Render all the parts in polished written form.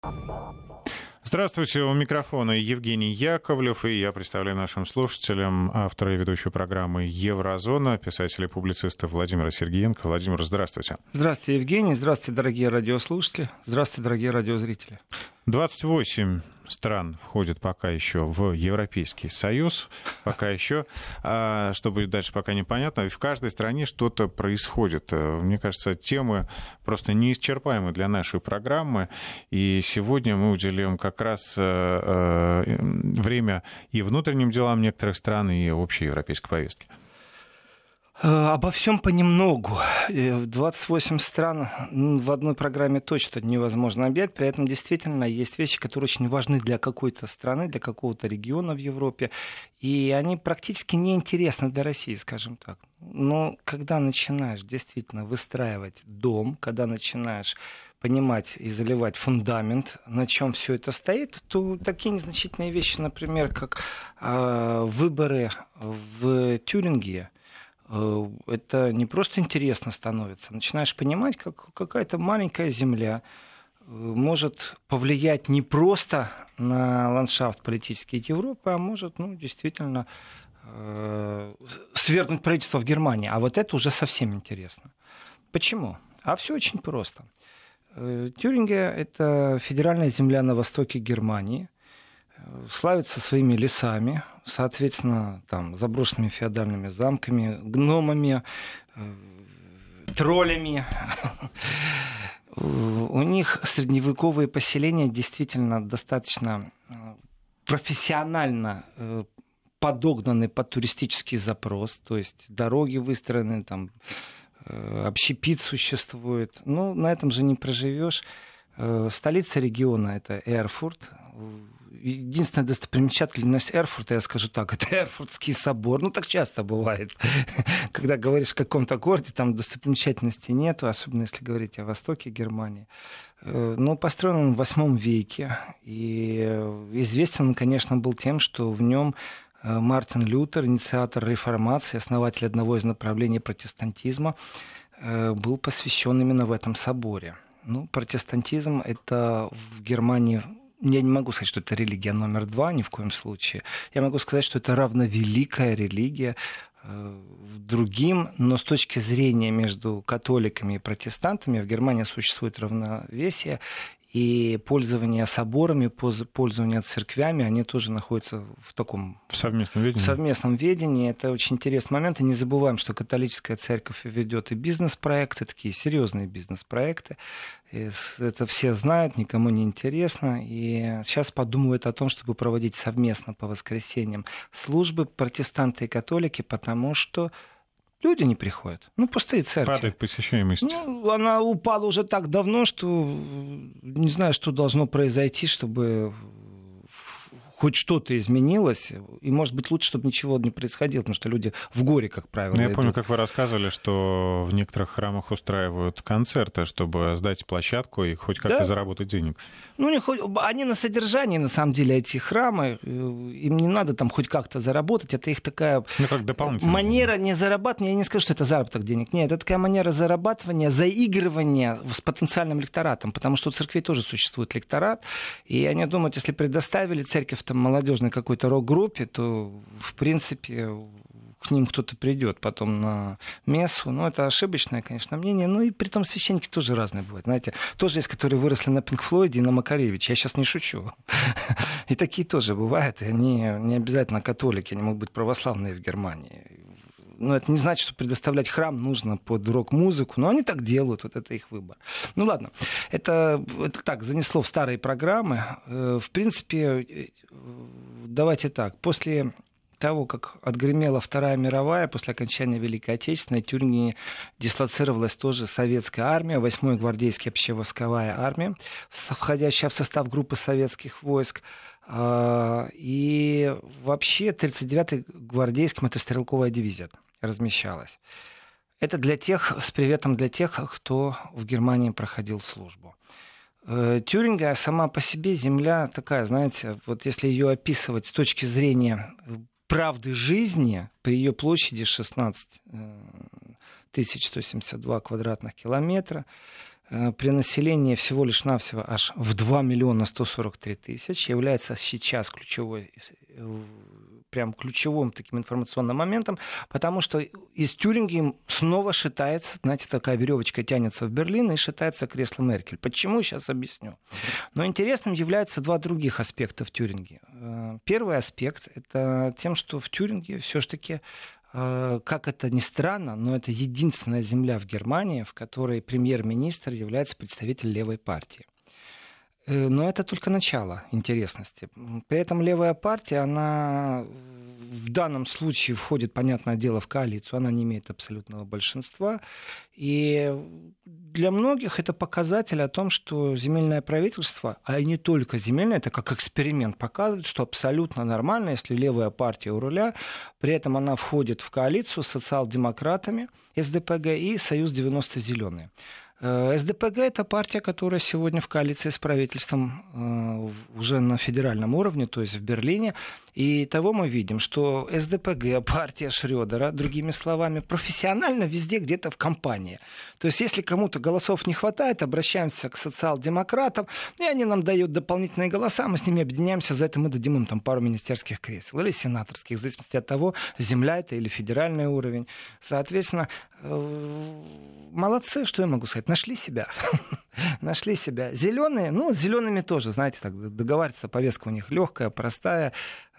Здравствуйте, у микрофона Евгений Яковлев, и я представляю нашим слушателям автора и ведущего программы «Еврозона», писателя и публициста Владимира Сергеенко. Владимир, здравствуйте. Здравствуйте, Евгений. Здравствуйте, дорогие радиослушатели. Здравствуйте, дорогие радиозрители. 28 стран входят пока еще в Европейский Союз, пока еще, что будет дальше, пока непонятно, и в каждой стране что-то происходит. Мне кажется, темы просто неисчерпаемы для нашей программы, и сегодня мы уделим как раз время и внутренним делам некоторых стран, и общей европейской повестке. Обо всем понемногу. 28 стран в одной программе точно невозможно объять. При этом действительно есть вещи, которые очень важны для какой-то страны, для какого-то региона в Европе. И они практически неинтересны для России, скажем так. Но когда начинаешь действительно выстраивать дом, когда начинаешь понимать и заливать фундамент, на чем все это стоит, то такие незначительные вещи, например, как выборы в Тюрингии, это не просто интересно становится. Начинаешь понимать, как какая-то маленькая земля может повлиять не просто на ландшафт политический Европы, а может, действительно свергнуть правительство в Германии. А вот это уже совсем интересно. Почему? А все очень просто. Тюрингия — это федеральная земля на востоке Германии, славится своими лесами, соответственно, там, заброшенными феодальными замками, гномами, троллями. У них средневековые поселения действительно достаточно профессионально подогнаны под туристический запрос, то есть дороги выстроены, там, общепит существует. Но на этом же не проживешь. Столица региона — это Эрфурт. Единственная достопримечательность Эрфурта, я скажу так, это Эрфуртский собор. Так часто бывает. Когда говоришь о каком-то городе, там достопримечательностей нету, особенно если говорить о востоке Германии. Но построен он в 8 веке. И известен он, конечно, был тем, что в нем Мартин Лютер, инициатор реформации, основатель одного из направлений протестантизма, был посвящен именно в этом соборе. Протестантизм — это в Германии... Я не могу сказать, что это религия номер 2, ни в коем случае. Я могу сказать, что это равновеликая религия другим, но с точки зрения между католиками и протестантами в Германии существует равновесие, и пользование соборами, пользование церквями, они тоже находятся в таком... В совместном ведении. В совместном ведении. Это очень интересный момент. И не забываем, что католическая церковь ведет и бизнес-проекты, такие серьезные бизнес-проекты. И это все знают, никому не интересно. И сейчас подумывают о том, чтобы проводить совместно по воскресеньям службы протестанты и католики, потому что люди не приходят. Пустые церкви. Падает посещаемость. Она упала уже так давно, что не знаю, что должно произойти, чтобы хоть что-то изменилось. И, может быть, лучше, чтобы ничего не происходило, потому что люди в горе, как правило, Я идут. помню, как вы рассказывали, что в некоторых храмах устраивают концерты, чтобы сдать площадку и хоть как-то заработать денег. Они на содержании, на самом деле, эти храмы. Им не надо там хоть как-то заработать. Это их такая как дополнительно. Манера не зарабатывания. Я не скажу, что это заработок денег. Нет, это такая манера зарабатывания, заигрывания с потенциальным лекторатом. Потому что у церквей тоже существует лекторат. И они думают, если предоставили церковь молодежной какой-то рок-группе, то, в принципе, к ним кто-то придет потом на мессу. Это ошибочное, конечно, мнение. И при том священники тоже разные бывают. Знаете, тоже есть, которые выросли на Пинк Флойде и на Макаревиче. Я сейчас не шучу. И такие тоже бывают. И они не обязательно католики, они могут быть православные в Германии. Но это не значит, что предоставлять храм нужно под рок-музыку. Но они так делают, вот это их выбор. Ладно, это так, занесло в старые программы. В принципе, давайте так, после того, как отгремела Вторая мировая, после окончания Великой Отечественной, в Тюрингии дислоцировалась тоже советская армия, 8-я гвардейская общевойсковая армия, входящая в состав группы советских войск. И вообще 39-й гвардейский мотострелковая дивизия размещалась. Это с приветом для тех, кто в Германии проходил службу. Тюрингия сама по себе земля такая, знаете, вот если ее описывать с точки зрения правды жизни, при ее площади 16 172 квадратных километра, при населении всего лишь навсего аж в 2 миллиона 143 тысячи, является сейчас ключевым таким информационным моментом, потому что из Тюрингии снова шатается, знаете, такая веревочка тянется в Берлин и шатается кресло Меркель. Почему? Сейчас объясню. Но интересным являются два других аспекта в Тюрингии. Первый аспект — это тем, что в Тюрингии все-таки, как это ни странно, но это единственная земля в Германии, в которой премьер-министр является представителем левой партии. Но это только начало интересности. При этом левая партия, она в данном случае входит, понятное дело, в коалицию, она не имеет абсолютного большинства. И для многих это показатель о том, что земельное правительство, а и не только земельное, это как эксперимент показывает, что абсолютно нормально, если левая партия у руля, при этом она входит в коалицию с социал-демократами, СДПГ и Союз 90 зеленые. СДПГ — это партия, которая сегодня в коалиции с правительством уже на федеральном уровне, то есть в Берлине. И того мы видим, что СДПГ, партия Шрёдера, другими словами, профессионально везде где-то в кампании. То есть если кому-то голосов не хватает, обращаемся к социал-демократам, и они нам дают дополнительные голоса, мы с ними объединяемся, за это мы дадим им там пару министерских кресел или сенаторских, в зависимости от того, земля это или федеральный уровень. Соответственно, молодцы, что я могу сказать, нашли себя. Нашли себя. Зеленые, с зелеными тоже, знаете, так договариваться, повестка у них легкая, простая.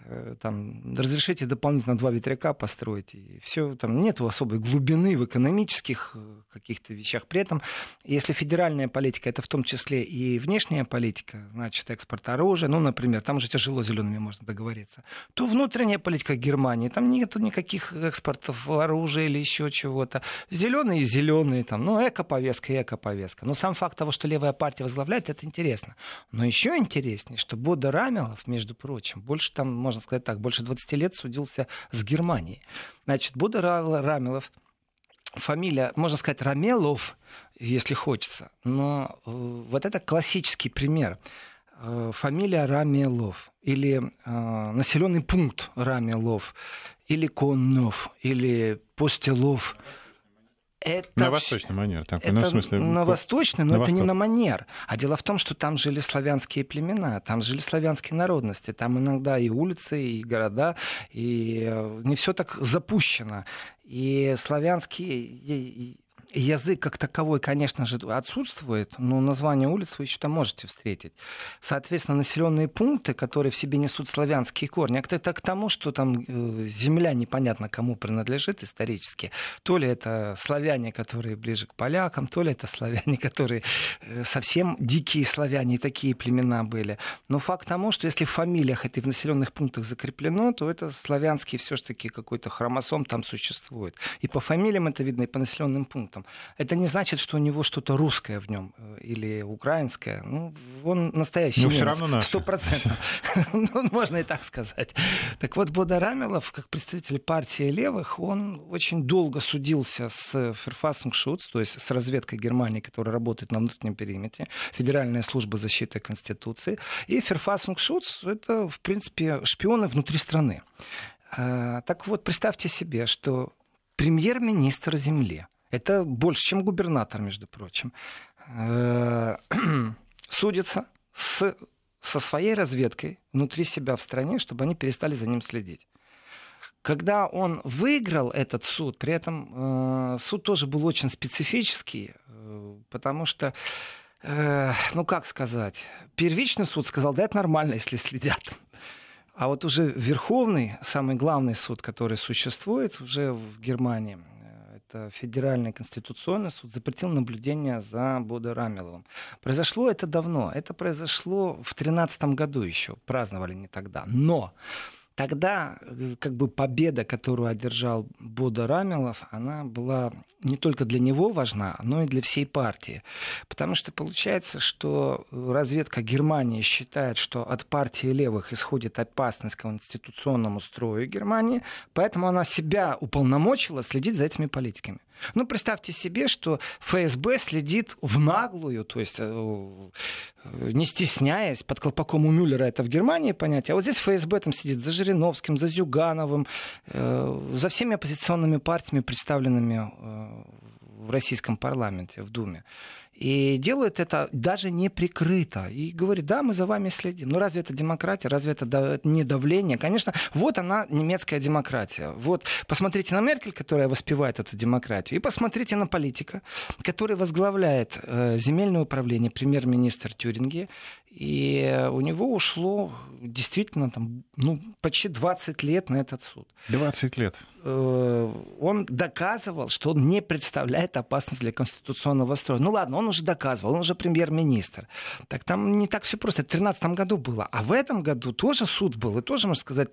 Там, разрешите дополнительно 2 ветряка построить. И все, там нет особой глубины в экономических каких-то вещах. При этом, если федеральная политика, это в том числе и внешняя политика, значит, экспорт оружия, например, там уже тяжело зелеными можно договориться, то внутренняя политика Германии, там нету никаких экспортов оружия или еще чего-то. Зеленые и зеленые, там, эко-повестка и эко-повестка. Но сам факт того, что левая партия возглавляет, это интересно. Но еще интереснее, что Бодо Рамелов, между прочим, больше 20 лет судился с Германией. Значит, Бодо Рамелов, фамилия, можно сказать, Рамелов, если хочется, но вот это классический пример. Фамилия Рамелов или населенный пункт Рамелов или Коннов или Постелов. Это на восточный манер. На восточный, но это не на манер. А дело в том, что там жили славянские племена, там жили славянские народности, там иногда и улицы, и города, и не все так запущено. И славянский язык как таковой, конечно же, отсутствует, но название улиц вы еще там можете встретить. Соответственно, населенные пункты, которые в себе несут славянские корни, это к тому, что там земля непонятно кому принадлежит исторически. То ли это славяне, которые ближе к полякам, то ли это славяне, которые совсем дикие славяне, и такие племена были. Но факт тому, что если в фамилиях это и в населенных пунктах закреплено, то это славянский все-таки какой-то хромосом там существует. И по фамилиям это видно, и по населенным пунктам. Это не значит, что у него что-то русское в нем или украинское. Он настоящий немец. Все равно наш. 100%. Можно и так сказать. Так вот, Бодо Рамелов, как представитель партии левых, он очень долго судился с Verfassungsschutz, то есть с разведкой Германии, которая работает на внутреннем периметре, Федеральная служба защиты Конституции. И Verfassungsschutz — это, в принципе, шпионы внутри страны. Так вот, представьте себе, что премьер-министр земли, это больше, чем губернатор, между прочим, судится со своей разведкой внутри себя в стране, чтобы они перестали за ним следить. Когда он выиграл этот суд, при этом суд тоже был очень специфический, потому что, как сказать, первичный суд сказал, да, это нормально, если следят. А вот уже Верховный, самый главный суд, который существует уже в Германии, Федеральный конституционный суд, запретил наблюдение за Бодо Рамеловым. Произошло это давно. Это произошло в 2013 году еще. Праздновали не тогда. Но тогда победа, которую одержал Бодо Рамелов, она была не только для него важна, но и для всей партии. Потому что получается, что разведка Германии считает, что от партии левых исходит опасность к конституционному строю Германии, поэтому она себя уполномочила следить за этими политиками. Представьте себе, что ФСБ следит в наглую, то есть не стесняясь, под колпаком у Мюллера это в Германии понятие, а вот здесь ФСБ там сидит за Жириновским, за Зюгановым, за всеми оппозиционными партиями, представленными в российском парламенте, в Думе. И делают это даже не прикрыто. И говорят, да, мы за вами следим. Но разве это демократия? Разве это не давление? Конечно, вот она, немецкая демократия. Вот посмотрите на Меркель, которая воспевает эту демократию, и посмотрите на политика, который возглавляет земельное управление, премьер-министр Тюрингия. И у него ушло действительно там, почти 20 лет на этот суд. 20 лет. Он доказывал, что он не представляет опасность для конституционного строя. Ну ладно, он уже доказывал, он уже премьер-министр. Так там не так все просто. Это в 2013 году было. А в этом году тоже суд был. И тоже, можно сказать,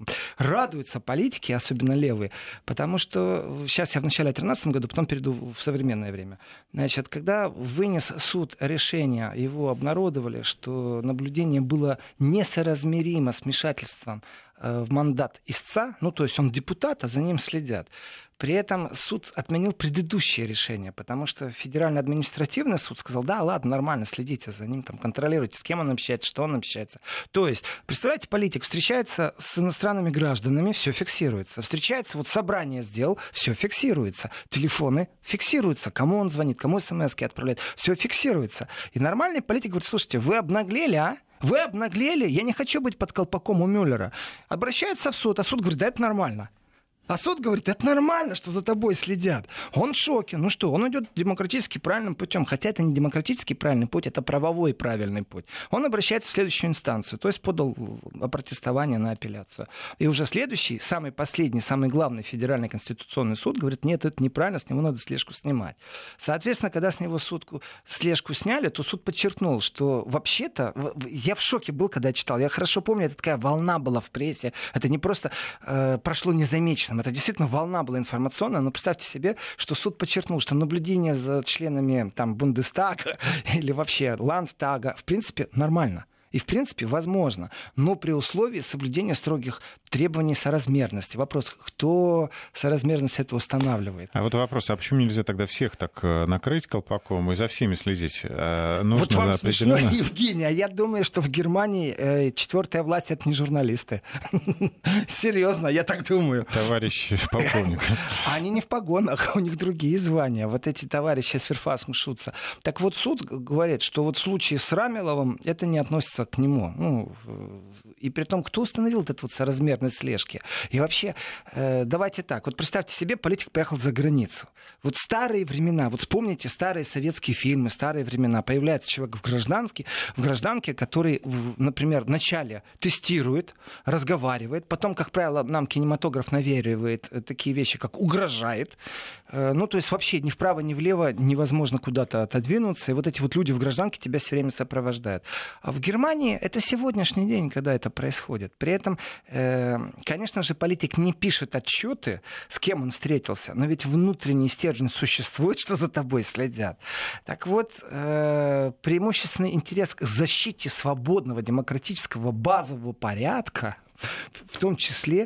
радуются политики, особенно левые. Потому что сейчас я в начале 2013 году, потом перейду в современное время. Значит, когда вынес суд решение, его обнародовали, что наблюдение было несоразмеримо с вмешательством в мандат истца, то есть он депутат, а за ним следят. При этом суд отменил предыдущее решение, потому что Федеральный административный суд сказал, да, ладно, нормально, следите за ним, контролируйте, с кем он общается, что он общается. То есть, представляете, политик встречается с иностранными гражданами, все фиксируется. Встречается, собрание сделал, все фиксируется. Телефоны фиксируются, кому он звонит, кому смс-ки отправляет, все фиксируется. И нормальный политик говорит, слушайте, вы обнаглели, а? Вы обнаглели, я не хочу быть под колпаком у Мюллера. Обращается в суд, а суд говорит, да это нормально. А суд говорит, это нормально, что за тобой следят. Он в шоке. Он идет демократически правильным путем. Хотя это не демократически правильный путь, это правовой правильный путь. Он обращается в следующую инстанцию, то есть подал опротестование на апелляцию. И уже следующий, самый последний, самый главный Федеральный конституционный суд говорит, нет, это неправильно, с него надо слежку снимать. Соответственно, когда с него слежку сняли, то суд подчеркнул, что вообще-то, я в шоке был, когда читал, я хорошо помню, это такая волна была в прессе, это не просто прошло незамеченным. Это действительно волна была информационная, но представьте себе, что суд подчеркнул, что наблюдение за членами Бундестага или вообще Ландтага в принципе нормально. И, в принципе, возможно, но при условии соблюдения строгих требований соразмерности. Вопрос, кто соразмерность это устанавливает? А вот вопрос, а почему нельзя тогда всех так накрыть колпаком и за всеми следить? Нужно вот вам смешно, Евгений, а я думаю, что в Германии четвертая власть — это не журналисты. Серьезно, я так думаю. Товарищ полковник. Они не в погонах, у них другие звания. Вот эти товарищи с Верфасом Шутца. Так вот, суд говорит, что вот в случае с Рамеловым это не относится к нему. И при том, кто установил эту соразмерность слежки? И вообще, давайте так, вот представьте себе, политик поехал за границу. Вот старые времена, вот вспомните старые советские фильмы, старые времена, появляется человек в гражданке, который, например, вначале тестирует, разговаривает, потом, как правило, нам кинематограф навеивает такие вещи, как угрожает. То есть вообще ни вправо, ни влево невозможно куда-то отодвинуться, и вот эти вот люди в гражданке тебя все время сопровождают. А в Германии это сегодняшний день, когда это происходит. При этом, конечно же, политик не пишет отчеты, с кем он встретился, но ведь внутренний стержень существует, что за тобой следят. Так вот, преимущественный интерес к защите свободного демократического базового порядка, в том числе,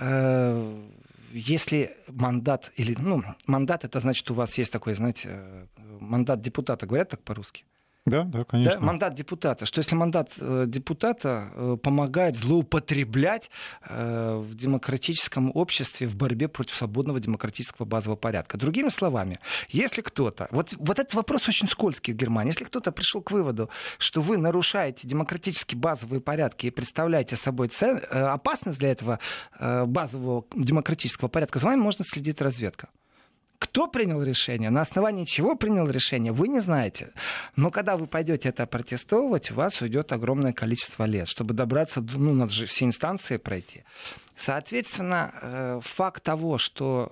если мандат, мандат, это значит, у вас есть такой, знаете, мандат депутата, говорят так по-русски? Да, конечно. Да, мандат депутата. Что если мандат депутата помогает злоупотреблять в демократическом обществе в борьбе против свободного демократического базового порядка? Другими словами, если кто-то... Вот этот вопрос очень скользкий в Германии. Если кто-то пришел к выводу, что вы нарушаете демократические базовые порядки и представляете собой опасность для этого базового демократического порядка, за вами можно следить разведка. Кто принял решение, на основании чего принял решение, вы не знаете. Но когда вы пойдете это протестовывать, у вас уйдет огромное количество лет, чтобы добраться, надо же все инстанции пройти. Соответственно, факт того, что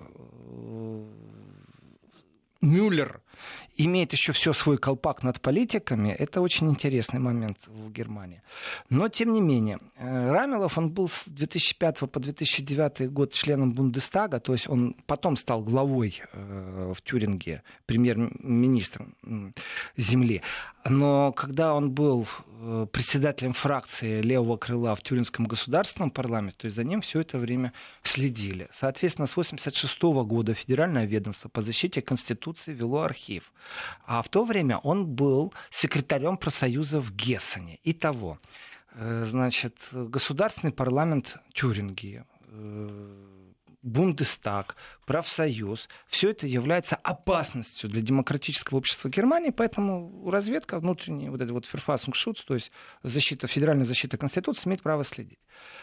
Мюллер имеет еще все свой колпак над политиками, это очень интересный момент в Германии. Но, тем не менее, Рамелов, он был с 2005 по 2009 год членом Бундестага, то есть он потом стал главой в Тюрингии, премьер-министром земли. Но когда он был председателем фракции левого крыла в Тюрингском государственном парламенте, то есть за ним все это время следили. Соответственно, с 1986 года Федеральное ведомство по защите Конституции вело архив. А в то время он был секретарем профсоюза в Гессене. Итого, значит, государственный парламент Тюрингии Бундестаг, профсоюз, все это является опасностью для демократического общества Германии, поэтому разведка внутренняя, вот это вот Verfassungsschutz, то есть федеральная защита Конституции, имеет право следить.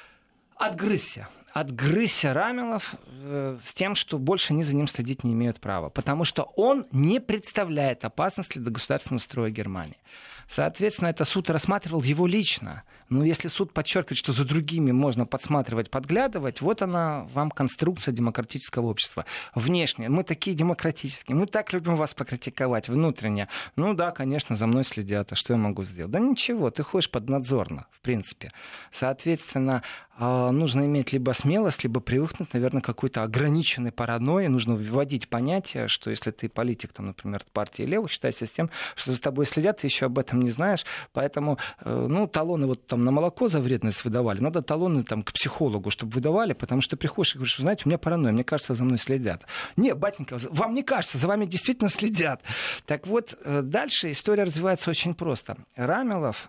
Отгрызся Рамилов с тем, что больше они за ним следить не имеют права, потому что он не представляет опасности для государственного строя Германии. Соответственно, это суд рассматривал его лично. Но если суд подчеркивает, что за другими можно подсматривать, подглядывать, вот она вам конструкция демократического общества. Внешне мы такие демократические, мы так любим вас покритиковать. Внутренне, ну да, конечно, за мной следят, а что я могу сделать? Да ничего, ты ходишь поднадзорно, в принципе. Соответственно, нужно иметь либо смелость, либо привыкнуть, наверное, к какой-то ограниченной паранойи. Нужно вводить понятие, что если ты политик, там, например, партии левых, считайся с тем, что за тобой следят, ты еще об этом не знаешь. Поэтому, талоны вот там на молоко за вредность выдавали. Надо талоны там к психологу, чтобы выдавали, потому что ты приходишь и говоришь, знаете, у меня паранойя, мне кажется, за мной следят. Не, батенька, вам не кажется, за вами действительно следят. Так вот, дальше история развивается очень просто. Рамилов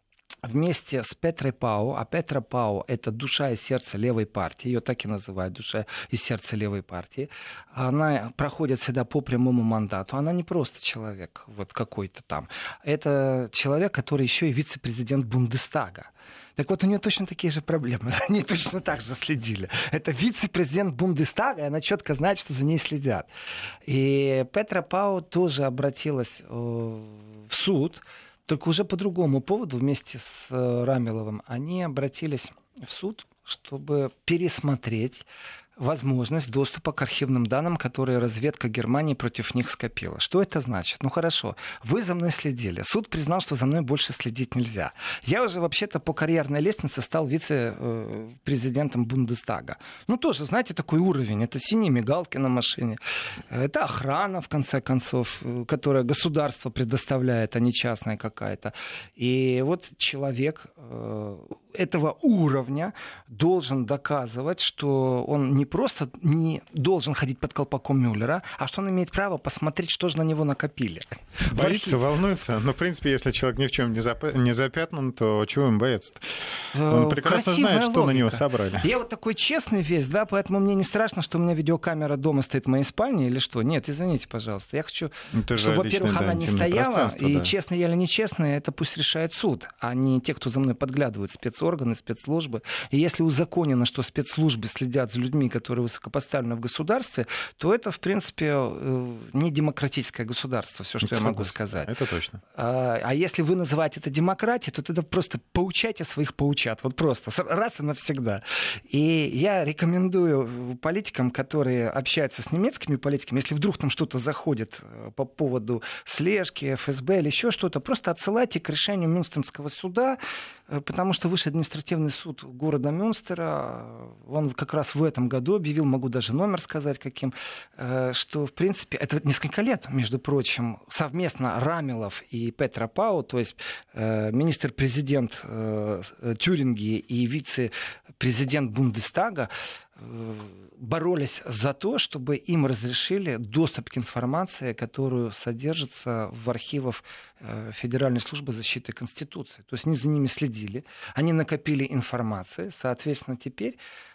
вместе с Петрой Пау, а Петра Пау — это душа и сердце левой партии, ее так и называют, душа и сердце левой партии, она проходит всегда по прямому мандату, она не просто человек вот какой-то там, это человек, который еще и вице-президент Бундестага. Так вот, у нее точно такие же проблемы. За ней точно так же следили. Это вице-президент Бундестага, и она четко знает, что за ней следят. И Петра Пау тоже обратилась в суд, только уже по другому поводу, вместе с Рамиловым, они обратились в суд, чтобы пересмотреть возможность доступа к архивным данным, которые разведка Германии против них скопила. Что это значит? Ну хорошо, вы за мной следили. Суд признал, что за мной больше следить нельзя. Я уже вообще-то по карьерной лестнице стал вице-президентом Бундестага. Ну тоже, знаете, такой уровень. Это синие мигалки на машине. Это охрана, в конце концов, которая государство предоставляет, а не частная какая-то. И вот человек этого уровня должен доказывать, что он не просто не должен ходить под колпаком Мюллера, а что он имеет право посмотреть, что же на него накопили. Боится, волнуется. Но, в принципе, если человек ни в чем не запятнан, то чего им бояться-то? Он прекрасно знает, что на него собрали. Я вот такой честный весь, да, поэтому мне не страшно, что у меня видеокамера дома стоит в моей спальне или что. Нет, извините, пожалуйста. Я хочу, чтобы, во-первых, она не стояла, и честный я или нечестный, это пусть решает суд, а не те, кто за мной подглядывают, спецорганы, спецслужбы. И если узаконено, что спецслужбы следят за людьми, которые высокопоставлены в государстве, то это, в принципе, не демократическое государство, все, что я могу сказать. Это точно. А если вы называете это демократией, то тогда просто поучайте своих поучат. Вот просто, раз и навсегда. И я рекомендую политикам, которые общаются с немецкими политиками, если вдруг там что-то заходит по поводу слежки, ФСБ или еще что-то, просто отсылайте к решению Мюнстенского суда, потому что Высший административный суд города Мюнстера, он как раз в этом году объявил, могу даже номер сказать каким, что, в принципе, это несколько лет, между прочим, совместно Рамилов и Петра Пау, то есть министр-президент Тюрингии и вице-президент Бундестага, боролись за то, чтобы им разрешили доступ к информации, которую содержится в архивах Федеральной службы защиты Конституции. То есть они за ними следили, они накопили информацию, соответственно, теперь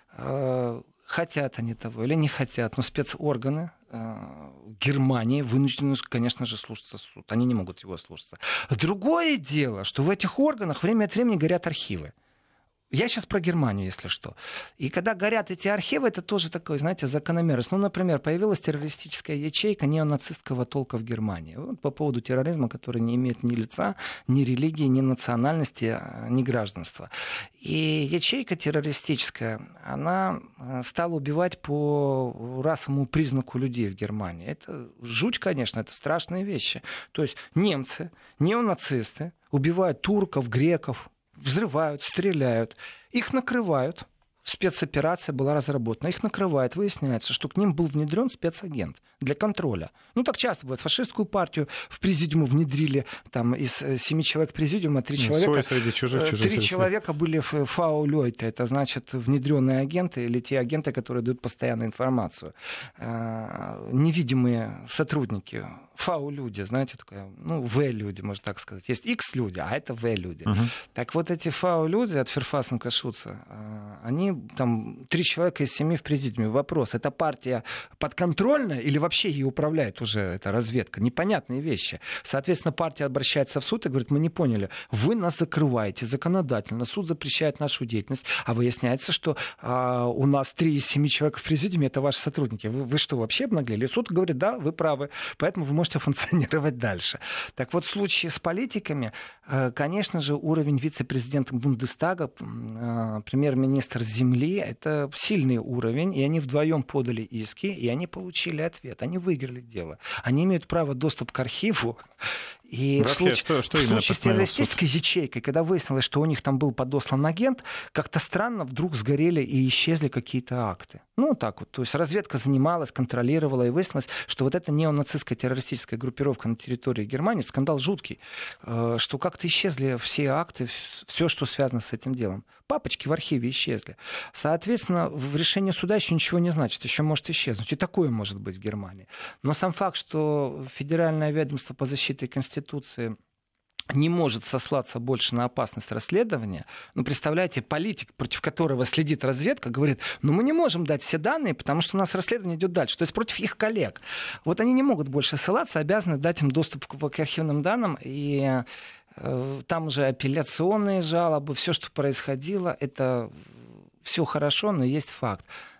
хотят они того или не хотят, но спецорганы Германии вынуждены, конечно же, слушаться суд. Они не могут его слушаться. Другое дело, что в этих органах время от времени горят архивы. Я сейчас про Германию, если что. И когда горят эти архивы, это тоже такое, знаете, закономерность. Ну, например, появилась террористическая ячейка неонацистского толка в Германии. Вот по поводу терроризма, который не имеет ни лица, ни религии, ни национальности, ни гражданства. И ячейка террористическая, она стала убивать по расовому признаку людей в Германии. Это жуть, конечно, это страшные вещи. То есть немцы, неонацисты убивают турков, греков, взрывают, стреляют, их накрывают. Спецоперация была разработана. Их накрывает. Выясняется, что к ним был внедрен спецагент для контроля. Ну, так часто бывает. Фашистскую партию в президиум внедрили. Там из 7 человек президиума 3 человека... среди чужих, 3 человека были в фау-лёйте. Это значит внедренные агенты или те агенты, которые дают постоянную информацию. Невидимые сотрудники. Фау-люди, знаете, такое, ну, В-люди, можно так сказать. Есть X-люди, а это В-люди. Так вот эти фау-люди от Verfassungsschutz, Они там 3 человека из 7 в президиуме. Вопрос, эта партия подконтрольная или вообще ее управляет уже эта разведка? Непонятные вещи. Соответственно, партия обращается в суд и говорит, мы не поняли, вы нас закрываете законодательно, суд запрещает нашу деятельность, а выясняется, что у нас 3 из 7 человек в президиуме, это ваши сотрудники. Вы что, вообще обнаглели? Суд говорит, да, вы правы, поэтому вы можете функционировать дальше. Так вот, в случае с политиками, конечно же, уровень вице-президента Бундестага, премьер-министр земли, это сильный уровень, и они вдвоем подали иски, и они получили ответ, они выиграли дело. Они имеют право доступ к архиву. И вообще, в случае с террористической ячейкой, когда выяснилось, что у них там был подослан агент, как-то странно вдруг сгорели и исчезли какие-то акты. Ну, так вот. То есть разведка занималась, контролировала, и выяснилось, что вот эта неонацистская террористическая группировка на территории Германии, скандал жуткий, что как-то исчезли все акты, все, что связано с этим делом. Папочки в архиве исчезли. Соответственно, в решении суда еще ничего не значит, еще может исчезнуть. И такое может быть в Германии. Но сам факт, что Федеральное ведомство по защите Конституции не может сослаться больше на опасность расследования. Ну, представляете, политик, против которого следит разведка, говорит, ну, мы не можем дать все данные, потому что у нас расследование идет дальше. То есть против их коллег. Вот они не могут больше ссылаться, обязаны дать им доступ к архивным данным. И там уже апелляционные жалобы, все, что происходило, это все хорошо, но есть факт.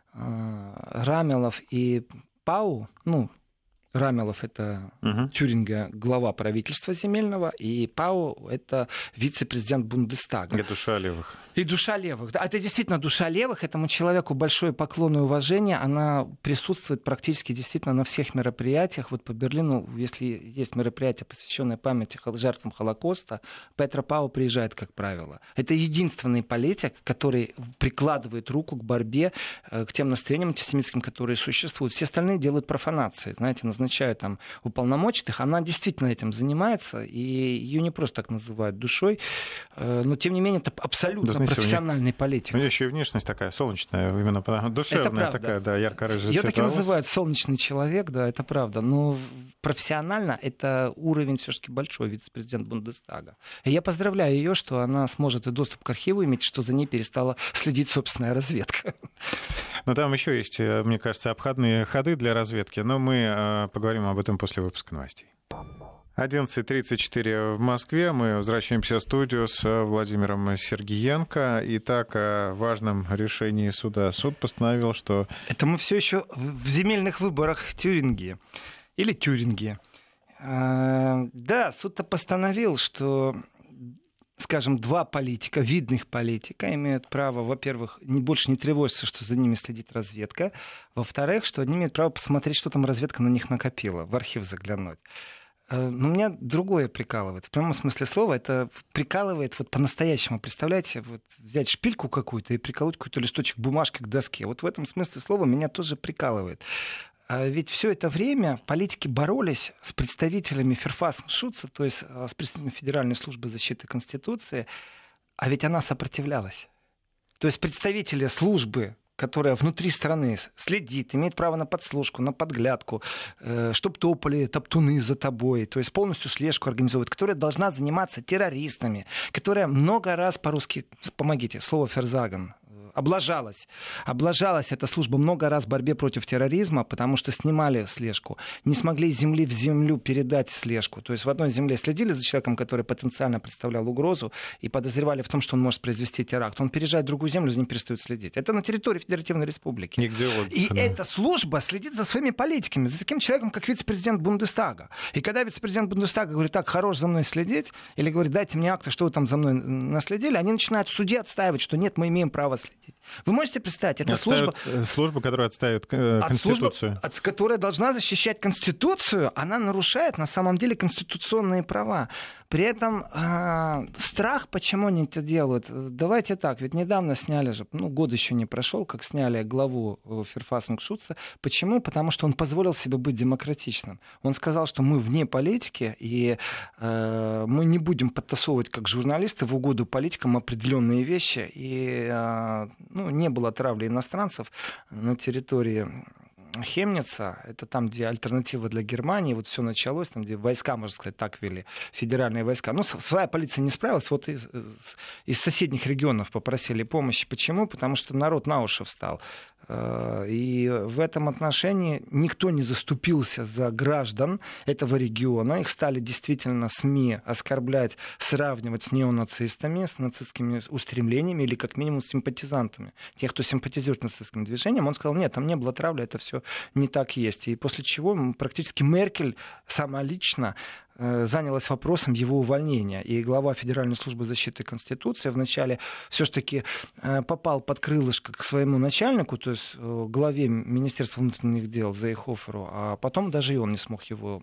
Рамелов и Пау, Рамелов — это Тюринга, глава правительства земельного, и Пау — это вице-президент Бундестага. И душа левых. И душа левых. Да, это действительно душа левых. Этому человеку большое поклон и уважение. Она присутствует практически действительно на всех мероприятиях. Вот по Берлину, если есть мероприятие, посвященное памяти жертвам Холокоста, Петра Пау приезжает, как правило. Это единственный политик, который прикладывает руку к борьбе, к тем настроениям антисемитским, которые существуют. Все остальные делают профанации. Знаете, назначают там уполномоченных. Она действительно этим занимается, и ее не просто так называют душой. Но, тем не менее, это абсолютно профессиональный политик. У нее еще и внешность такая солнечная, именно душевная такая, да, ярко-рыжая. Ее так и называют солнечный человек, да, это правда. Но профессионально это уровень все-таки большой, вице-президент Бундестага. И я поздравляю ее, что она сможет и доступ к архиву иметь, что за ней перестала следить собственная разведка. Но там еще есть, мне кажется, обходные ходы для разведки, но мы поговорим об этом после выпуска новостей. 11:34 в Москве. Мы возвращаемся в студию с Владимиром Сергиенко. Итак, о важном решении суда. Суд постановил, что... Это мы все еще в земельных выборах Тюрингии. Или Тюрингии. Да, суд-то постановил, что, скажем, 2 политика, видных политика, имеют право, во-первых, больше не тревожиться, что за ними следит разведка. Во-вторых, что они имеют право посмотреть, что там разведка на них накопила, в архив заглянуть. Но меня другое прикалывает. В прямом смысле слова это прикалывает вот по-настоящему. Представляете, вот взять шпильку какую-то и приколоть какой-то листочек бумажки к доске. Вот в этом смысле слова меня тоже прикалывает. А ведь все это время политики боролись с представителями Ферфасеншутца, то есть с представителями Федеральной службы защиты Конституции, а ведь она сопротивлялась. То есть представители службы, которая внутри страны следит, имеет право на подслушку, на подглядку, чтоб топали топтуны за тобой, то есть полностью слежку организовывает, которая должна заниматься террористами, которая много раз по-русски, помогите, слово «ферзаген», облажалась. Облажалась эта служба много раз в борьбе против терроризма, потому что снимали слежку. Не смогли из земли в землю передать слежку. То есть в одной земле следили за человеком, который потенциально представлял угрозу, и подозревали в том, что он может произвести теракт. Он переезжает в другую землю, за ним перестают следить. Это на территории Федеративной Республики. И эта служба следит за своими политиками, за таким человеком, как вице-президент Бундестага. И когда вице-президент Бундестага говорит, так, хорош за мной следить, или говорит, дайте мне акты, что вы там за мной наследили, они начинают в суде отстаивать, что нет, мы имеем право следить. Вы можете представить, это служба, которая отстаивает Конституцию. Которая должна защищать Конституцию, она нарушает на самом деле конституционные права. При этом страх, почему они это делают? Давайте так, ведь недавно сняли же, год еще не прошел, как сняли главу Ферфасеншутца. Почему? Потому что он позволил себе быть демократичным. Он сказал, что мы вне политики, и мы не будем подтасовывать как журналисты в угоду политикам определенные вещи. И не было травли иностранцев на территории Хемница, это там, где альтернатива для Германии, вот все началось, там, где войска, можно сказать, так вели, федеральные войска. Ну, своя полиция не справилась, вот из соседних регионов попросили помощи. Почему? Потому что народ на уши встал. И в этом отношении никто не заступился за граждан этого региона. Их стали действительно СМИ оскорблять, сравнивать с неонацистами, с нацистскими устремлениями или как минимум с симпатизантами. Тех, кто симпатизирует нацистским движением, он сказал, нет, там не было травли, это все не так есть. И после чего практически Меркель сама лично занялась вопросом его увольнения. И глава Федеральной службы защиты Конституции вначале все-таки попал под крылышко к своему начальнику, то есть главе Министерства внутренних дел Зейхоферу, а потом даже и он не смог его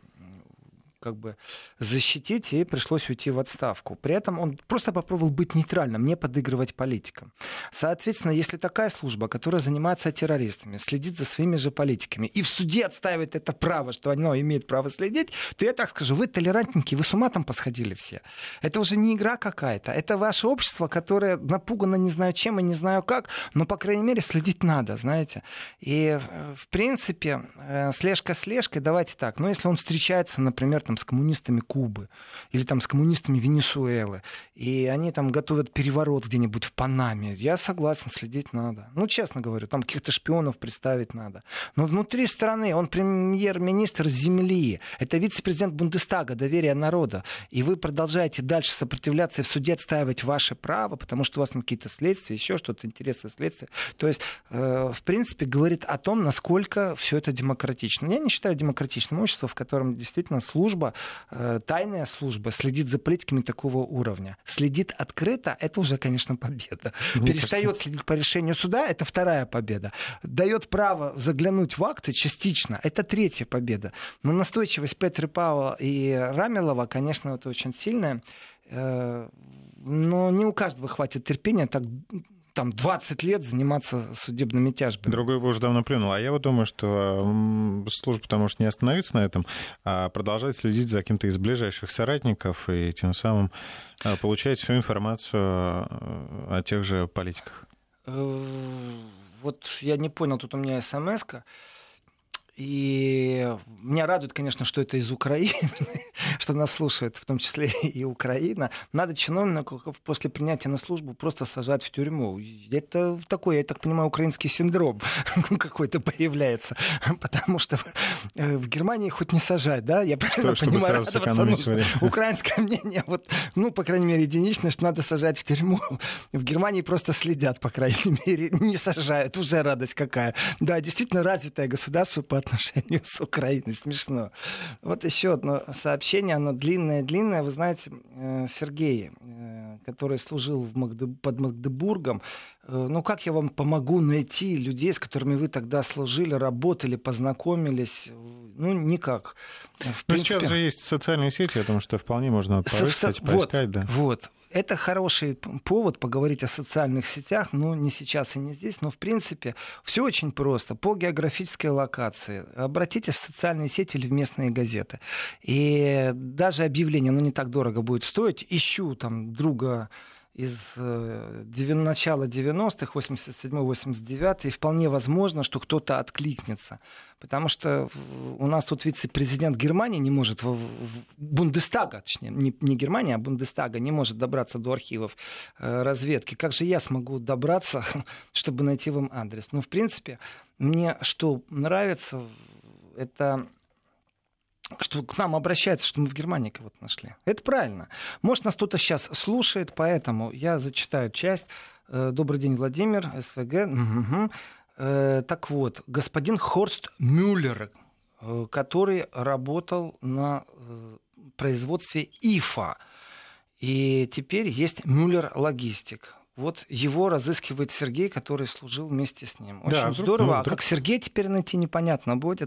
как бы защитить, и пришлось уйти в отставку. При этом он просто попробовал быть нейтральным, не подыгрывать политикам. Соответственно, если такая служба, которая занимается террористами, следит за своими же политиками и в суде отстаивает это право, что оно имеет право следить, то я так скажу, вы толерантненькие, вы с ума там посходили все. Это уже не игра какая-то, это ваше общество, которое напугано не знаю чем и не знаю как, но, по крайней мере, следить надо, знаете. И, в принципе, слежка слежкой, давайте так, но если он встречается, например, там, с коммунистами Кубы или там с коммунистами Венесуэлы, и они там готовят переворот где-нибудь в Панаме, я согласен, следить надо. Ну, честно говорю, там каких-то шпионов представить надо. Но внутри страны он премьер-министр земли, это вице-президент Бундестага, доверие народа, и вы продолжаете дальше сопротивляться и в суде отстаивать ваше право, потому что у вас там какие-то следствия, еще что-то, интересы следствия. То есть, в принципе, говорит о том, насколько все это демократично. Я не считаю демократичным общество, в котором действительно служба, тайная служба следит за политиками такого уровня. Следит открыто, это уже, конечно, победа. Перестает следить по решению суда, это вторая победа. Дает право заглянуть в акты частично, это третья победа. Но настойчивость Петры Пауэлла и Рамилова, конечно, это очень сильная. Но не у каждого хватит терпения так там 20 лет заниматься судебными тяжбами. Другой бы уже давно плюнул. А я вот думаю, что служба-то может не остановиться на этом, а продолжать следить за кем-то из ближайших соратников и тем самым получать всю информацию о тех же политиках. Вот я не понял, тут у меня смс-ка. И меня радует, конечно, что это из Украины, что нас слушает, в том числе и Украина. Надо чиновников после принятия на службу просто сажать в тюрьму. Это такой, я так понимаю, украинский синдром какой-то появляется. Потому что в Германии хоть не сажать, да? Я правильно понимаю, радоваться нужно. Украинское мнение, вот, ну, по крайней мере, единичное, что надо сажать в тюрьму. В Германии просто следят, по крайней мере, не сажают. Уже радость какая. Да, действительно развитое государство по отношению с Украиной. Смешно. Вот еще одно сообщение, оно длинное-длинное. Вы знаете, Сергей, который служил под Магдебургом, ну как я вам помогу найти людей, с которыми вы тогда служили, работали, познакомились? Ну, никак. В принципе, сейчас же есть социальные сети, я думаю, что вполне можно поискать. Да. Вот. Это хороший повод поговорить о социальных сетях, но не сейчас и не здесь. Но, в принципе, все очень просто. По географической локации обратитесь в социальные сети или в местные газеты. И даже объявление, не так дорого будет стоить. Ищу там друга из начала 90-х, 87-89, и вполне возможно, что кто-то откликнется. Потому что у нас тут вице-президент Германии не может, Бундестага, точнее, не Германия, а Бундестага, не может добраться до архивов разведки. Как же я смогу добраться, чтобы найти вам адрес? Ну, в принципе, мне что нравится, это что к нам обращаются, что мы в Германии кого-то нашли. Это правильно. Может, нас кто-то сейчас слушает, поэтому я зачитаю часть. Добрый день, Владимир, СВГ. Так вот, господин Хорст Мюллер, который работал на производстве ИФА, и теперь есть Мюллер Логистик. Вот его разыскивает Сергей, который служил вместе с ним. Очень здорово. А как Сергей теперь найти, непонятно будет.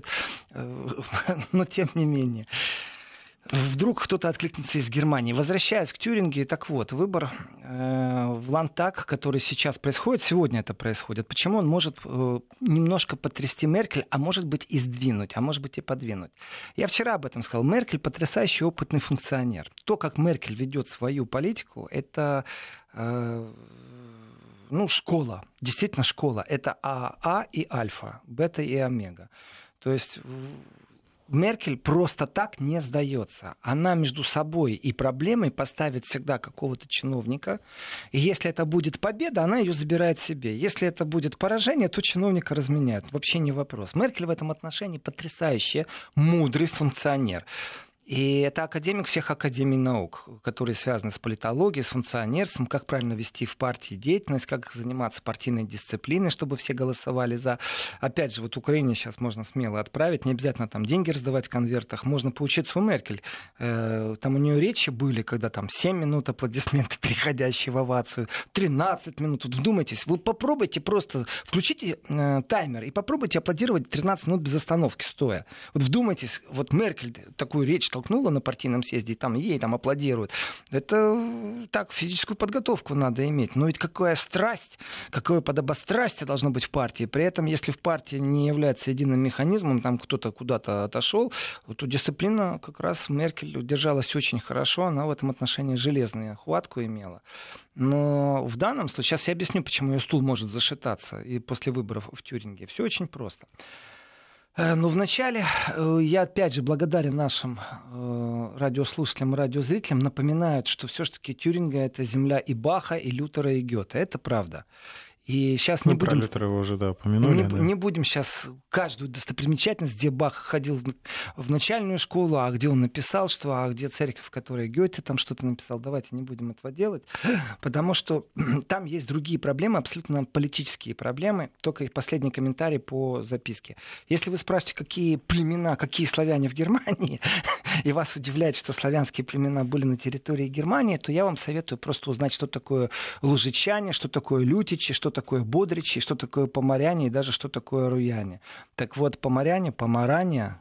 Но тем не менее. Вдруг кто-то откликнется из Германии. Возвращаясь к Тюрингии, так вот, выбор в Ландтаг, который сейчас происходит, сегодня это происходит, почему он может немножко потрясти Меркель, а может быть и сдвинуть, а может быть и подвинуть. Я вчера об этом сказал. Меркель потрясающий опытный функционер. То, как Меркель ведет свою политику, это школа, действительно школа. Это А и альфа, бета и омега. То есть Меркель просто так не сдается. Она между собой и проблемой поставит всегда какого-то чиновника. И если это будет победа, она ее забирает себе. Если это будет поражение, то чиновника разменяют. Вообще не вопрос. Меркель в этом отношении потрясающе мудрый функционер. И это академик всех академий наук, которые связаны с политологией, с функционерством, как правильно вести в партии деятельность, как заниматься партийной дисциплиной, чтобы все голосовали за. Опять же, вот Украине сейчас можно смело отправить, не обязательно там деньги раздавать в конвертах, можно поучиться у Меркель. Там у нее речи были, когда там 7 минут аплодисменты, переходящие в овацию, 13 минут. Вот вдумайтесь, вы попробуйте просто, включите таймер и попробуйте аплодировать 13 минут без остановки, стоя. Вот вдумайтесь, вот Меркель такую речь толкнула на партийном съезде, и там ей там аплодируют. Это так, физическую подготовку надо иметь. Но ведь какая страсть, какое подобострастие должно быть в партии. При этом, если в партии не является единым механизмом, там кто-то куда-то отошел, то дисциплина как раз Меркель держалась очень хорошо, она в этом отношении железную хватку имела. Но в данном случае, сейчас я объясню, почему ее стул может зашататься и после выборов в Тюрингии. Все очень просто. Но вначале я, опять же, благодарен нашим радиослушателям и радиозрителям, напоминают, что все-таки Тюрингия — это земля и Баха, и Лютера, и Гёте. Это правда. И сейчас не будем... Про Лютера уже, упомянули. Не будем сейчас каждую достопримечательность, где Бах ходил в начальную школу, а где он написал что, а где церковь, в которой Гёте там что-то написал. Давайте не будем этого делать, потому что там есть другие проблемы, абсолютно политические проблемы. Только последний комментарий по записке. Если вы спрашиваете, какие племена, какие славяне в Германии, и вас удивляет, что славянские племена были на территории Германии, то я вам советую просто узнать, что такое лужичане, что такое лютичи, что такое бодричи, что такое поморяне и даже что такое руяне. Так вот, поморяне, Помарания,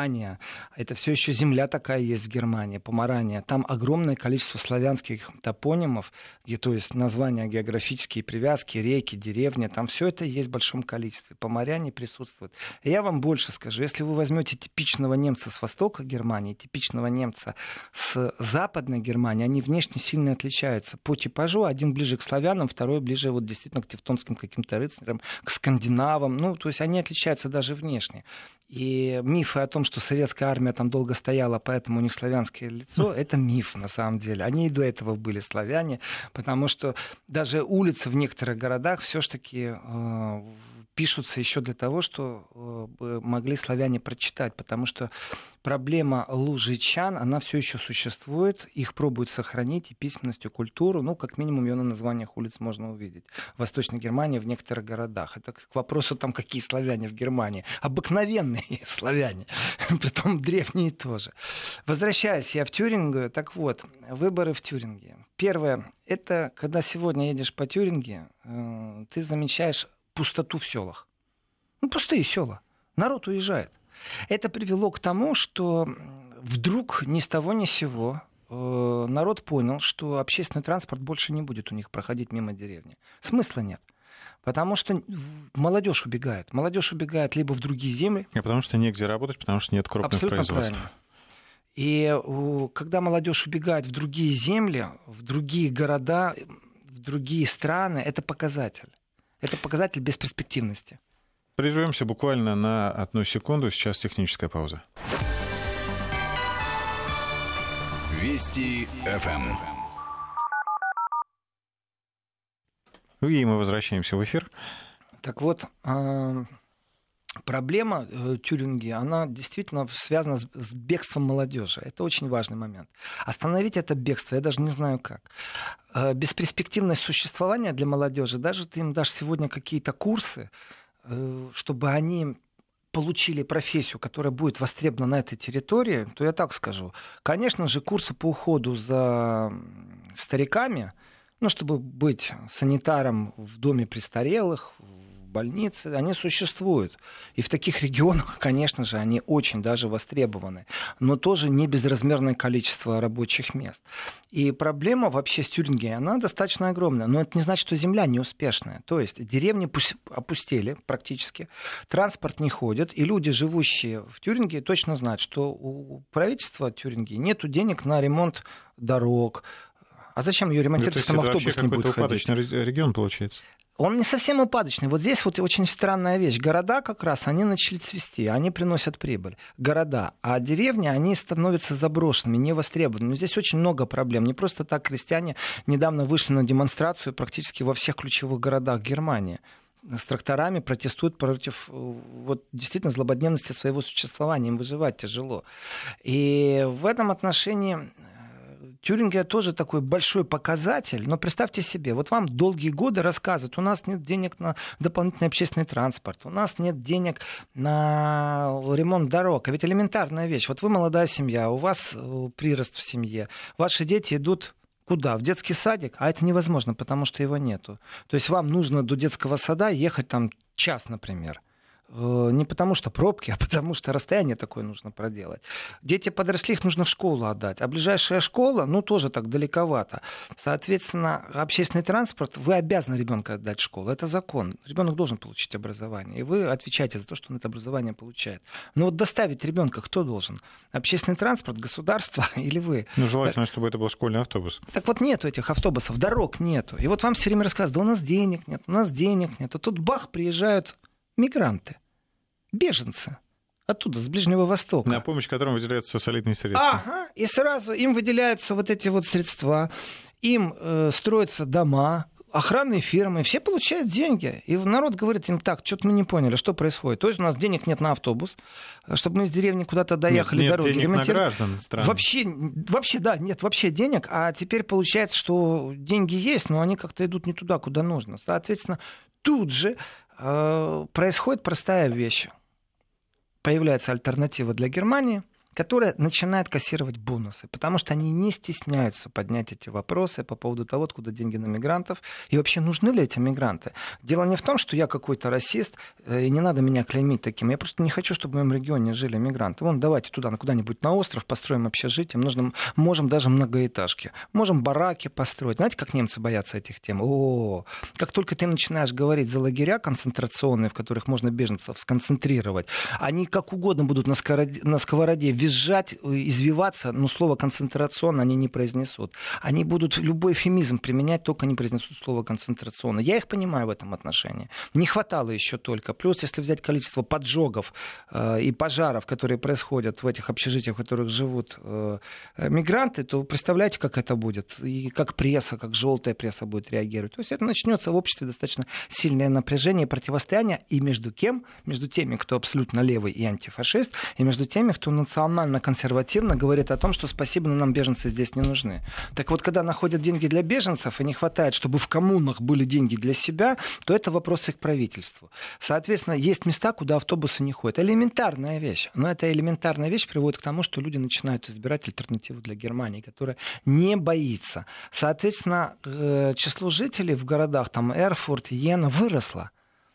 это все еще земля такая есть в Германии, Помарания. Там огромное количество славянских топонимов, то есть названия географические, привязки, реки, деревни, там все это есть в большом количестве. Поморяне присутствуют. И я вам больше скажу, если вы возьмете типичного немца с востока Германии, типичного немца с западной Германии, они внешне сильно отличаются. По типажу один ближе к славянам, второй ближе вот действительно к тевтонским каким-то рыцарям, к скандинавам. То есть они отличаются даже внешне. И мифы о том, что советская армия там долго стояла, поэтому у них славянское лицо, это миф на самом деле. Они и до этого были славяне, потому что даже улицы в некоторых городах все-таки пишутся еще для того, что могли славяне прочитать, потому что проблема лужичан, она все еще существует, их пробуют сохранить и письменность, и культуру, как минимум ее на названиях улиц можно увидеть. В Восточной Германии, в некоторых городах. Это к вопросу, там, какие славяне в Германии. Обыкновенные славяне, притом древние тоже. Возвращаясь я в Тюрингию, так вот, выборы в Тюрингии. Первое, это когда сегодня едешь по Тюрингии, ты замечаешь пустоту в селах. Пустые села. Народ уезжает. Это привело к тому, что вдруг ни с того ни с сего народ понял, что общественный транспорт больше не будет у них проходить мимо деревни. Смысла нет. Потому что молодежь убегает. Молодежь убегает либо в другие земли. Потому что негде работать, потому что нет крупных абсолютно производств. Правильно. И когда молодежь убегает в другие земли, в другие города, в другие страны, это показатель. Это показатель бесперспективности. Прервемся буквально на 1 секунду. Сейчас техническая пауза. Вести ФМ. И мы возвращаемся в эфир. Так вот, проблема Тюрингии, она действительно связана с бегством молодежи. Это очень важный момент. Остановить это бегство я даже не знаю как. Бесперспективность существования для молодежи, даже ты им дашь сегодня какие-то курсы, чтобы они получили профессию, которая будет востребована на этой территории, то я так скажу. Конечно же, курсы по уходу за стариками, чтобы быть санитаром в доме престарелых, в больнице, они существуют. И в таких регионах, конечно же, они очень даже востребованы. Но тоже не безразмерное количество рабочих мест. И проблема вообще с Тюрингией, она достаточно огромная. Но это не значит, что земля неуспешная. То есть деревни опустели практически, транспорт не ходит, и люди, живущие в Тюрингии, точно знают, что у правительства Тюрингии нет денег на ремонт дорог, А зачем ее ремонтировать, если там автобус не будет ходить? Это вообще какой-то упадочный регион получается. Он не совсем упадочный. Вот здесь вот очень странная вещь. Города как раз, они начали цвести, они приносят прибыль. Города. А деревни, они становятся заброшенными, невостребованными. Но здесь очень много проблем. Не просто так крестьяне недавно вышли на демонстрацию практически во всех ключевых городах Германии. С тракторами протестуют против вот, действительно злободневности своего существования. Им выживать тяжело. И в этом отношении Тюрингия тоже такой большой показатель, но представьте себе, вот вам долгие годы рассказывают, у нас нет денег на дополнительный общественный транспорт, у нас нет денег на ремонт дорог. А ведь элементарная вещь, вот вы молодая семья, у вас прирост в семье, ваши дети идут куда? В детский садик? А это невозможно, потому что его нету. То есть вам нужно до детского сада ехать там час, например. Не потому что пробки, а потому что расстояние такое нужно проделать. Дети подросли, их нужно в школу отдать. А ближайшая школа, ну, тоже так далековато. Соответственно, общественный транспорт, вы обязаны ребенка отдать в школу. Это закон. Ребенок должен получить образование. И вы отвечаете за то, что он это образование получает. Но вот доставить ребенка кто должен? Общественный транспорт, государство или вы? Ну, желательно, чтобы это был школьный автобус. Так вот нету этих автобусов, дорог нету. И вот вам все время рассказывают, да у нас денег нет, у нас денег нет. А тут бах, приезжают мигранты, беженцы оттуда, с Ближнего Востока. На помощь которым выделяются солидные средства. Ага, и сразу им выделяются вот эти вот средства, им строятся дома, охранные фирмы, все получают деньги. И народ говорит им, так, что-то мы не поняли, что происходит. То есть у нас денег нет на автобус, чтобы мы из деревни куда-то доехали, нет дороги денег ремонтировать. На граждан страны. Вообще, да, нет вообще денег, а теперь получается, что деньги есть, но они как-то идут не туда, куда нужно. Соответственно, тут же происходит простая вещь. Появляется альтернатива для Германии, которая начинает кассировать бонусы, потому что они не стесняются поднять эти вопросы по поводу того, откуда деньги на мигрантов, и вообще нужны ли эти мигранты. Дело не в том, что я какой-то расист, и не надо меня клеймить таким, я просто не хочу, чтобы в моем регионе жили мигранты. Вон, давайте туда, куда-нибудь на остров построим общежитие, можем даже многоэтажки, можем бараки построить. Знаете, как немцы боятся этих тем? Как только ты начинаешь говорить за лагеря концентрационные, в которых можно беженцев сконцентрировать, они как угодно будут на сковороде визжать, извиваться, но слово «концентрационно» они не произнесут. Они будут любой эвфемизм применять, только не произнесут слово «концентрационно». Я их понимаю в этом отношении. Не хватало еще только. Плюс, если взять количество поджогов и пожаров, которые происходят в этих общежитиях, в которых живут мигранты, то представляете, как это будет. И как пресса, как желтая пресса будет реагировать. То есть это начнется в обществе достаточно сильное напряжение и противостояние. И между кем? Между теми, кто абсолютно левый и антифашист, и между теми, кто национально-консервативно говорит о том, что спасибо, но нам беженцы здесь не нужны. Так вот, когда находят деньги для беженцев, и не хватает, чтобы в коммунах были деньги для себя, то это вопрос к правительству. Соответственно, есть места, куда автобусы не ходят. Элементарная вещь. Но эта элементарная вещь приводит к тому, что люди начинают избирать альтернативу для Германии, которая не боится. Соответственно, число жителей в городах, там Эрфурт, Йена, выросло.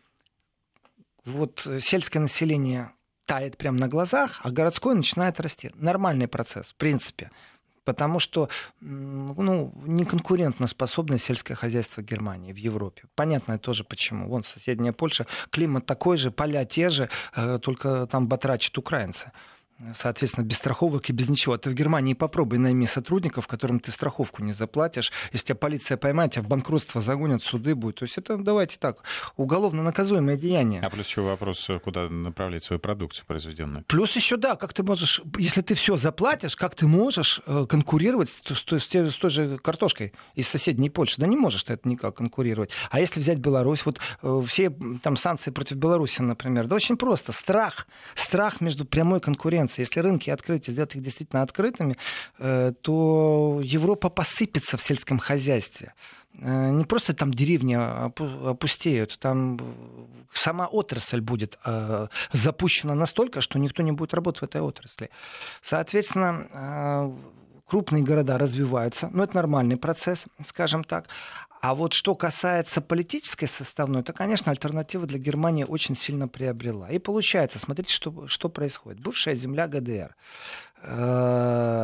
Вот сельское население тает прямо на глазах, а городской начинает расти. Нормальный процесс, в принципе. Потому что не конкурентоспособное сельское хозяйство Германии в Европе. Понятно тоже почему. Вон соседняя Польша, климат такой же, поля те же, только там батрачат украинцы. Соответственно, без страховок и без ничего. Ты в Германии попробуй найми сотрудников, которым ты страховку не заплатишь. Если тебя полиция поймает, тебя в банкротство загонят, суды будут. То есть это, давайте так, уголовно наказуемое деяние. А плюс еще вопрос, куда направлять свою продукцию произведенную. Плюс еще, да, как ты можешь, если ты все заплатишь, как ты можешь конкурировать с той же картошкой из соседней Польши? Да не можешь ты это никак конкурировать. А если взять Беларусь, вот все там санкции против Беларуси, например, да очень просто. Страх между прямой конкуренцией. Если рынки открыть и сделать их действительно открытыми, то Европа посыпется в сельском хозяйстве. Не просто там деревни опустеют, там сама отрасль будет запущена настолько, что никто не будет работать в этой отрасли. Соответственно, крупные города развиваются, но это нормальный процесс, скажем так. А вот что касается политической составной, то, конечно, альтернатива для Германии очень сильно приобрела. И получается, смотрите, что происходит. Бывшая земля ГДР.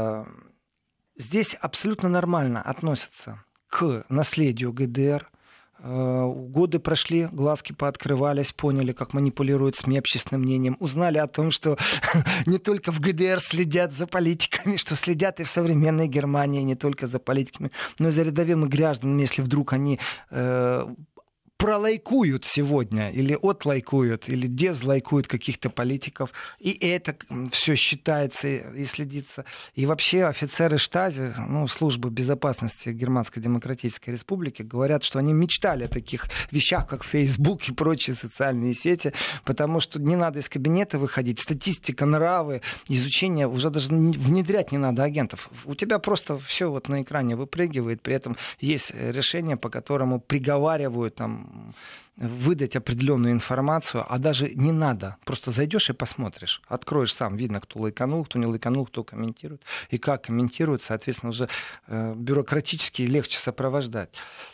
Здесь абсолютно нормально относятся к наследию ГДР. Годы прошли, глазки пооткрывались, поняли, как манипулируют СМИ общественным мнением, узнали о том, что не только в ГДР следят за политиками, что следят и в современной Германии не только за политиками, но и за рядовыми гражданами, если вдруг они пролайкуют сегодня, или отлайкуют, или дезлайкуют каких-то политиков. И это все считается и следится. И вообще офицеры Штази, службы безопасности Германской Демократической Республики, говорят, что они мечтали о таких вещах, как Facebook и прочие социальные сети, потому что не надо из кабинета выходить. Статистика, нравы, изучение, уже даже внедрять не надо агентов. У тебя просто все вот на экране выпрыгивает, при этом есть решение, по которому приговаривают там выдать определенную информацию, а даже не надо. Просто зайдешь и посмотришь. Откроешь сам, видно, кто лайканул, кто не лайканул, кто комментирует. И как комментирует, соответственно, уже бюрократически легче сопровождать.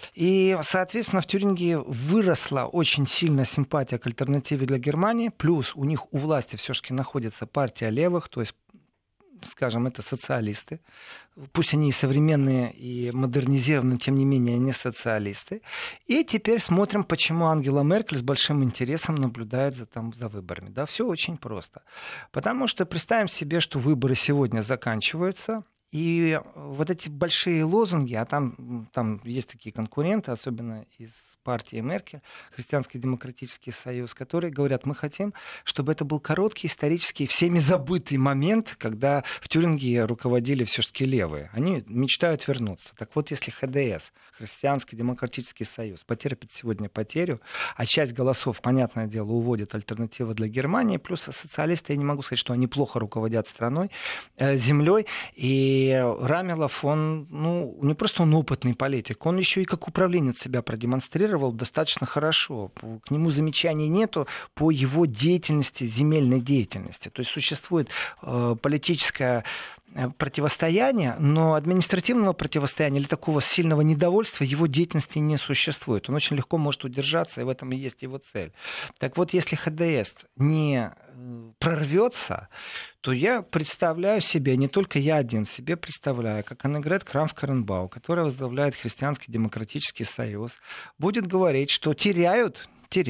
И, соответственно, в Тюрингии выросла очень сильно симпатия к альтернативе для Германии. Плюс у них у власти все-таки находится партия левых, то есть, скажем, это социалисты. Пусть они и современные, и модернизированные, тем не менее, не социалисты. И теперь смотрим, почему Ангела Меркель с большим интересом наблюдает за выборами. Да, все очень просто. Потому что представим себе, что выборы сегодня заканчиваются, и вот эти большие лозунги, а там есть такие конкуренты, особенно из партии Меркель, Христианский демократический союз, которые говорят, мы хотим, чтобы это был короткий, исторический, всеми забытый момент, когда в Тюрингии руководили все-таки левые. Они мечтают вернуться. Так вот, если ХДС, Христианский демократический союз, потерпит сегодня потерю, а часть голосов, понятное дело, уводит альтернатива для Германии, плюс социалисты, я не могу сказать, что они плохо руководят страной, землей, и Рамилов, он, не просто он опытный политик, он еще и как управленец себя продемонстрировал достаточно хорошо. К нему замечаний нету по его деятельности, земельной деятельности. То есть существует политическое противостояние, но административного противостояния или такого сильного недовольства его деятельности не существует. Он очень легко может удержаться, и в этом и есть его цель. Так вот, если ХДС не прорвется, то я представляю себе, не только я один себе представляю, как Аннегрет Крамф-Карренбау, которая возглавляет Христианский демократический союз, будет говорить, что теряют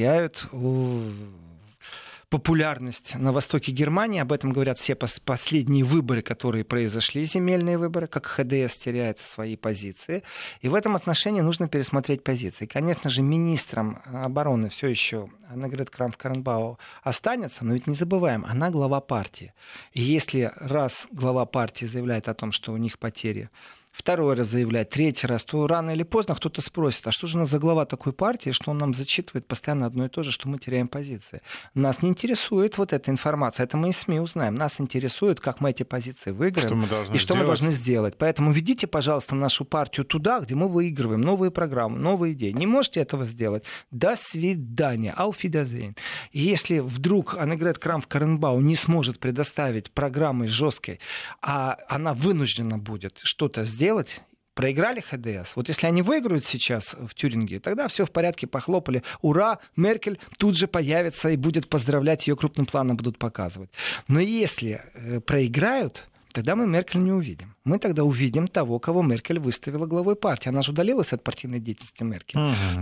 популярность на востоке Германии. Об этом говорят все последние выборы, которые произошли, земельные выборы, как ХДС теряет свои позиции. И в этом отношении нужно пересмотреть позиции. Конечно же, министром обороны все еще Аннегрет Крамф-Карренбау останется, но ведь не забываем, она глава партии. И если раз глава партии заявляет о том, что у них потери, второй раз заявляет, третий раз, то рано или поздно кто-то спросит, а что же у нас за глава такой партии, что он нам зачитывает постоянно одно и то же, что мы теряем позиции. Нас не интересует вот эта информация, это мы из СМИ узнаем. Нас интересует, как мы эти позиции выиграем что мы должны сделать. Поэтому ведите, пожалуйста, нашу партию туда, где мы выигрываем новые программы, новые идеи. Не можете этого сделать? До свидания. Auf Wiedersehen. И если вдруг Аннегрет Крамф-Карренбау не сможет предоставить программы жесткой, а она вынуждена будет что-то сделать, проиграли ХДС. Вот если они выиграют сейчас в Тюрингии, тогда все в порядке, похлопали. Ура, Меркель тут же появится и будет поздравлять, ее крупным планом будут показывать. Но если проиграют, тогда мы Меркель не увидим. Мы тогда увидим того, кого Меркель выставила главой партии. Она же удалилась от партийной деятельности Меркель.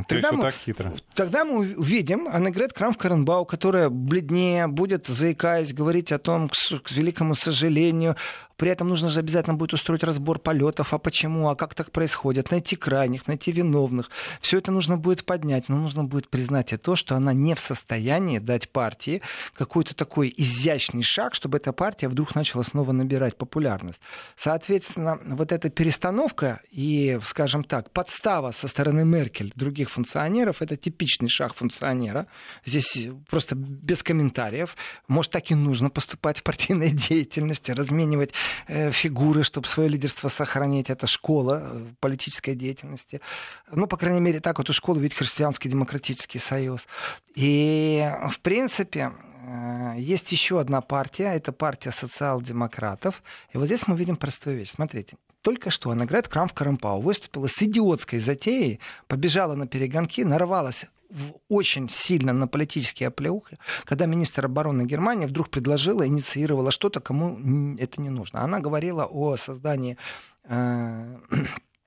Тогда мы увидим Аннегрет Крамф-Карренбау, которая бледнее будет, заикаясь, говорить о том, к великому сожалению, при этом нужно же обязательно будет устроить разбор полетов, а почему, а как так происходит, найти крайних, найти виновных. Все это нужно будет поднять, но нужно будет признать и то, что она не в состоянии дать партии какой-то такой изящный шаг, чтобы эта партия вдруг начала снова набирать популярность. Соответственно, вот эта перестановка и, скажем так, подстава со стороны Меркель других функционеров, это типичный шаг функционера. Здесь просто без комментариев. Может, так и нужно поступать в партийной деятельности, разменивать фигуры, чтобы свое лидерство сохранить. Это школа политической деятельности. По крайней мере, так вот эту школу видит Христианский демократический союз. И, в принципе, есть еще одна партия, это партия социал-демократов. И вот здесь мы видим простую вещь. Смотрите, только что Аннегрет Крамф-Карренбау выступила с идиотской затеей, побежала на перегонки, нарвалась очень сильно на политические оплеухи, когда министр обороны Германии вдруг предложила, инициировала что-то, кому это не нужно. Она говорила о создании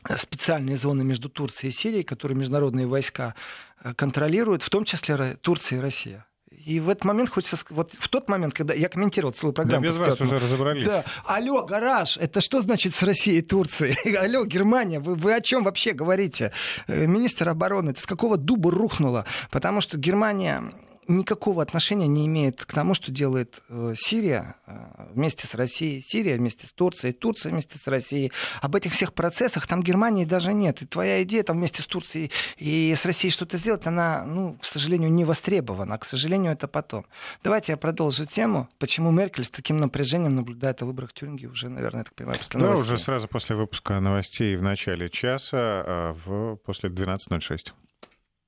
специальные зоны между Турцией и Сирией, которые международные войска контролируют, в том числе Турция и Россия. И в этот момент хочется... Вот в тот момент, когда я комментировал целую программу... Да, без вас уже разобрались. Да. Алло, гараж, это что значит с Россией и Турцией? Алло, Германия, вы о чем вообще говорите? Министр обороны, это с какого дуба рухнуло? Потому что Германия... никакого отношения не имеет к тому, что делает Сирия вместе с Россией, Сирия вместе с Турцией, Турция вместе с Россией. Об этих всех процессах там Германии даже нет. И твоя идея там вместе с Турцией и с Россией что-то сделать, она, к сожалению, не востребована. А, к сожалению, это потом. Давайте я продолжу тему, почему Меркель с таким напряжением наблюдает о выборах в Тюрингии уже, наверное, я так понимаю, после новостей. Да, уже сразу после выпуска новостей в начале часа, после 12:06.